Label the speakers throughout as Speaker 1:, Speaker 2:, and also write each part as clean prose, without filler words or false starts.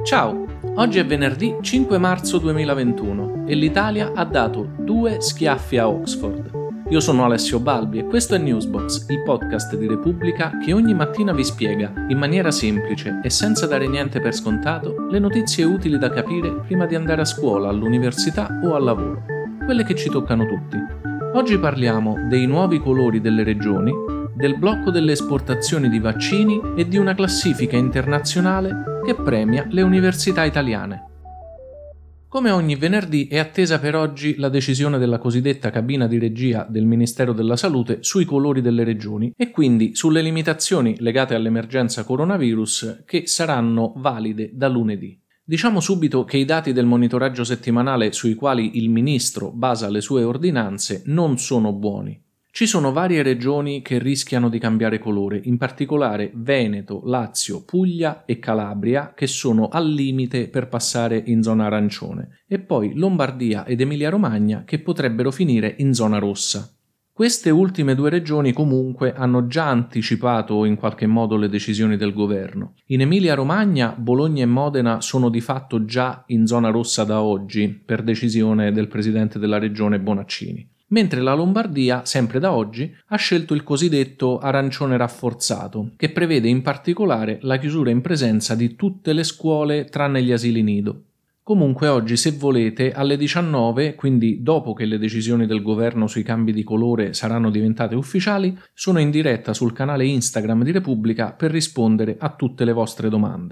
Speaker 1: Ciao, oggi è venerdì 5 marzo 2021 e l'Italia ha dato 2 schiaffi a Oxford. Io sono Alessio Balbi e questo è Newsbox, il podcast di Repubblica che ogni mattina vi spiega, in maniera semplice e senza dare niente per scontato, le notizie utili da capire prima di andare a scuola, all'università o al lavoro, quelle che ci toccano tutti. Oggi parliamo dei nuovi colori delle regioni, del blocco delle esportazioni di vaccini e di una classifica internazionale che premia le università italiane. Come ogni venerdì è attesa per oggi la decisione della cosiddetta cabina di regia del Ministero della Salute sui colori delle regioni e quindi sulle limitazioni legate all'emergenza coronavirus che saranno valide da lunedì. Diciamo subito che i dati del monitoraggio settimanale sui quali il Ministro basa le sue ordinanze non sono buoni. Ci sono varie regioni che rischiano di cambiare colore, in particolare Veneto, Lazio, Puglia e Calabria, che sono al limite per passare in zona arancione, e poi Lombardia ed Emilia-Romagna che potrebbero finire in zona rossa. Queste ultime 2 regioni comunque hanno già anticipato in qualche modo le decisioni del governo. In Emilia-Romagna, Bologna e Modena sono di fatto già in zona rossa da oggi, per decisione del presidente della regione Bonaccini. Mentre la Lombardia, sempre da oggi, ha scelto il cosiddetto arancione rafforzato, che prevede in particolare la chiusura in presenza di tutte le scuole tranne gli asili nido. Comunque oggi, se volete, alle 19, quindi dopo che le decisioni del governo sui cambi di colore saranno diventate ufficiali, sono in diretta sul canale Instagram di Repubblica per rispondere a tutte le vostre domande.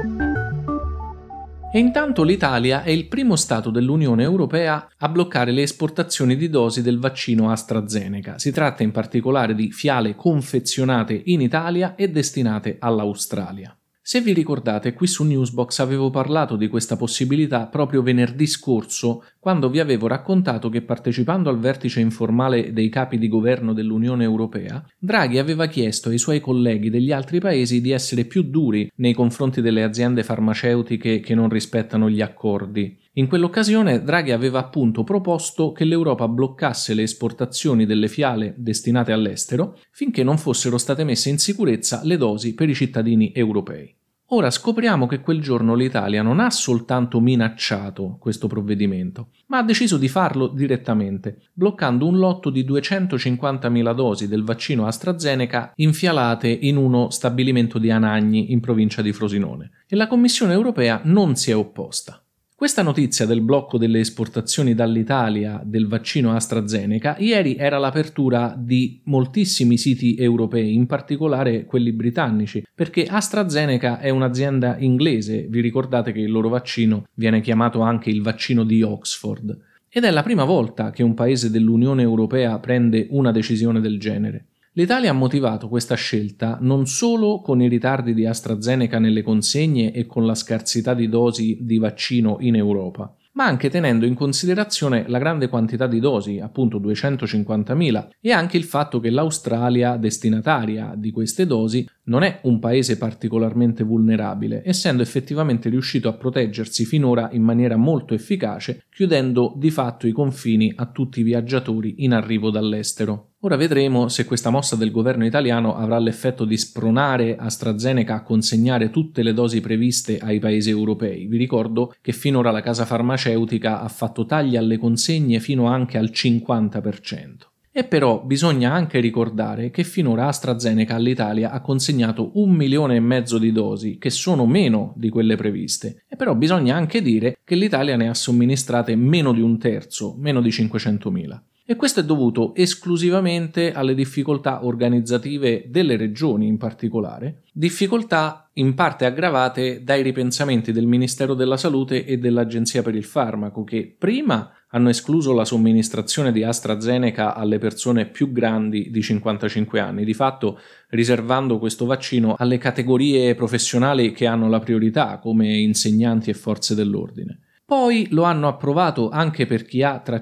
Speaker 1: E intanto l'Italia è il primo Stato dell'Unione Europea a bloccare le esportazioni di dosi del vaccino AstraZeneca. Si tratta in particolare di fiale confezionate in Italia e destinate all'Australia. Se vi ricordate, qui su Newsbox avevo parlato di questa possibilità proprio venerdì scorso, quando vi avevo raccontato che partecipando al vertice informale dei capi di governo dell'Unione Europea, Draghi aveva chiesto ai suoi colleghi degli altri paesi di essere più duri nei confronti delle aziende farmaceutiche che non rispettano gli accordi. In quell'occasione Draghi aveva appunto proposto che l'Europa bloccasse le esportazioni delle fiale destinate all'estero finché non fossero state messe in sicurezza le dosi per i cittadini europei. Ora scopriamo che quel giorno l'Italia non ha soltanto minacciato questo provvedimento, ma ha deciso di farlo direttamente, bloccando un lotto di 250.000 dosi del vaccino AstraZeneca infialate in uno stabilimento di Anagni in provincia di Frosinone, e la Commissione europea non si è opposta. Questa notizia del blocco delle esportazioni dall'Italia del vaccino AstraZeneca ieri era l'apertura di moltissimi siti europei, in particolare quelli britannici, perché AstraZeneca è un'azienda inglese, vi ricordate che il loro vaccino viene chiamato anche il vaccino di Oxford, ed è la prima volta che un paese dell'Unione Europea prende una decisione del genere. L'Italia ha motivato questa scelta non solo con i ritardi di AstraZeneca nelle consegne e con la scarsità di dosi di vaccino in Europa, ma anche tenendo in considerazione la grande quantità di dosi, appunto 250.000, e anche il fatto che l'Australia, destinataria di queste dosi, non è un paese particolarmente vulnerabile, essendo effettivamente riuscito a proteggersi finora in maniera molto efficace, chiudendo di fatto i confini a tutti i viaggiatori in arrivo dall'estero. Ora vedremo se questa mossa del governo italiano avrà l'effetto di spronare AstraZeneca a consegnare tutte le dosi previste ai paesi europei. Vi ricordo che finora la casa farmaceutica ha fatto tagli alle consegne fino anche al 50%. E però bisogna anche ricordare che finora AstraZeneca all'Italia ha consegnato 1,5 milioni di dosi, che sono meno di quelle previste. E però bisogna anche dire che l'Italia ne ha somministrate meno di un terzo, meno di 500.000. E questo è dovuto esclusivamente alle difficoltà organizzative delle regioni in particolare, difficoltà in parte aggravate dai ripensamenti del Ministero della Salute e dell'Agenzia per il Farmaco, che prima hanno escluso la somministrazione di AstraZeneca alle persone più grandi di 55 anni, di fatto riservando questo vaccino alle categorie professionali che hanno la priorità, come insegnanti e forze dell'ordine. Poi lo hanno approvato anche per chi ha tra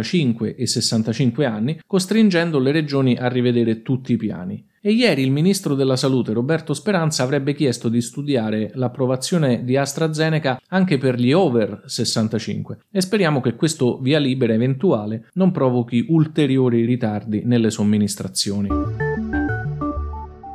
Speaker 1: 55 e 65 anni, costringendo le regioni a rivedere tutti i piani. E ieri il ministro della Salute Roberto Speranza avrebbe chiesto di studiare l'approvazione di AstraZeneca anche per gli over 65 e speriamo che questo via libera eventuale non provochi ulteriori ritardi nelle somministrazioni.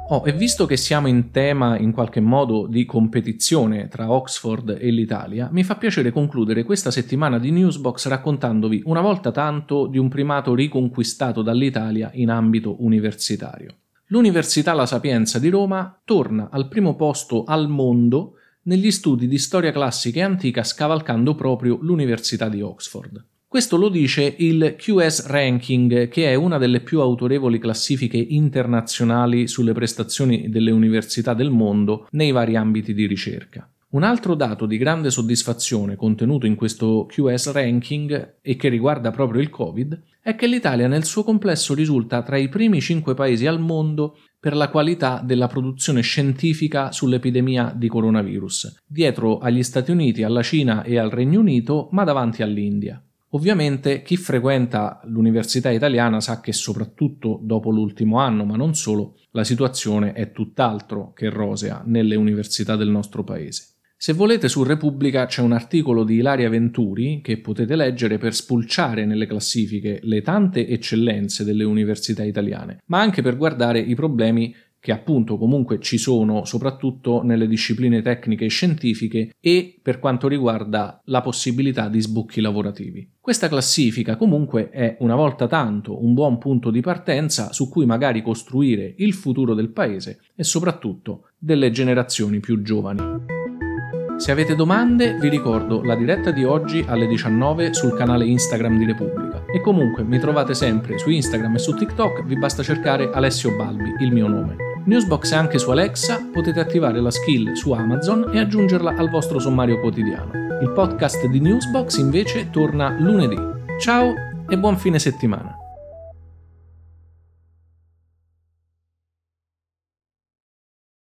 Speaker 1: E visto che siamo in tema in qualche modo di competizione tra Oxford e l'Italia, mi fa piacere concludere questa settimana di Newsbox raccontandovi una volta tanto di un primato riconquistato dall'Italia in ambito universitario. L'Università La Sapienza di Roma torna al primo posto al mondo negli studi di storia classica e antica, scavalcando proprio l'Università di Oxford. Questo lo dice il QS Ranking, che è una delle più autorevoli classifiche internazionali sulle prestazioni delle università del mondo nei vari ambiti di ricerca. Un altro dato di grande soddisfazione contenuto in questo QS Ranking e che riguarda proprio il Covid è che l'Italia nel suo complesso risulta tra i primi 5 paesi al mondo per la qualità della produzione scientifica sull'epidemia di coronavirus, dietro agli Stati Uniti, alla Cina e al Regno Unito, ma davanti all'India. Ovviamente chi frequenta l'università italiana sa che soprattutto dopo l'ultimo anno, ma non solo, la situazione è tutt'altro che rosea nelle università del nostro paese. Se volete, su Repubblica c'è un articolo di Ilaria Venturi che potete leggere per spulciare nelle classifiche le tante eccellenze delle università italiane, ma anche per guardare i problemi che appunto comunque ci sono soprattutto nelle discipline tecniche e scientifiche e per quanto riguarda la possibilità di sbocchi lavorativi. Questa classifica comunque è una volta tanto un buon punto di partenza su cui magari costruire il futuro del paese e soprattutto delle generazioni più giovani. Se avete domande vi ricordo la diretta di oggi alle 19 sul canale Instagram di Repubblica e comunque mi trovate sempre su Instagram e su TikTok, vi basta cercare Alessio Balbi, il mio nome. Newsbox è anche su Alexa, potete attivare la skill su Amazon e aggiungerla al vostro sommario quotidiano. Il podcast di Newsbox invece torna lunedì. Ciao e buon fine settimana!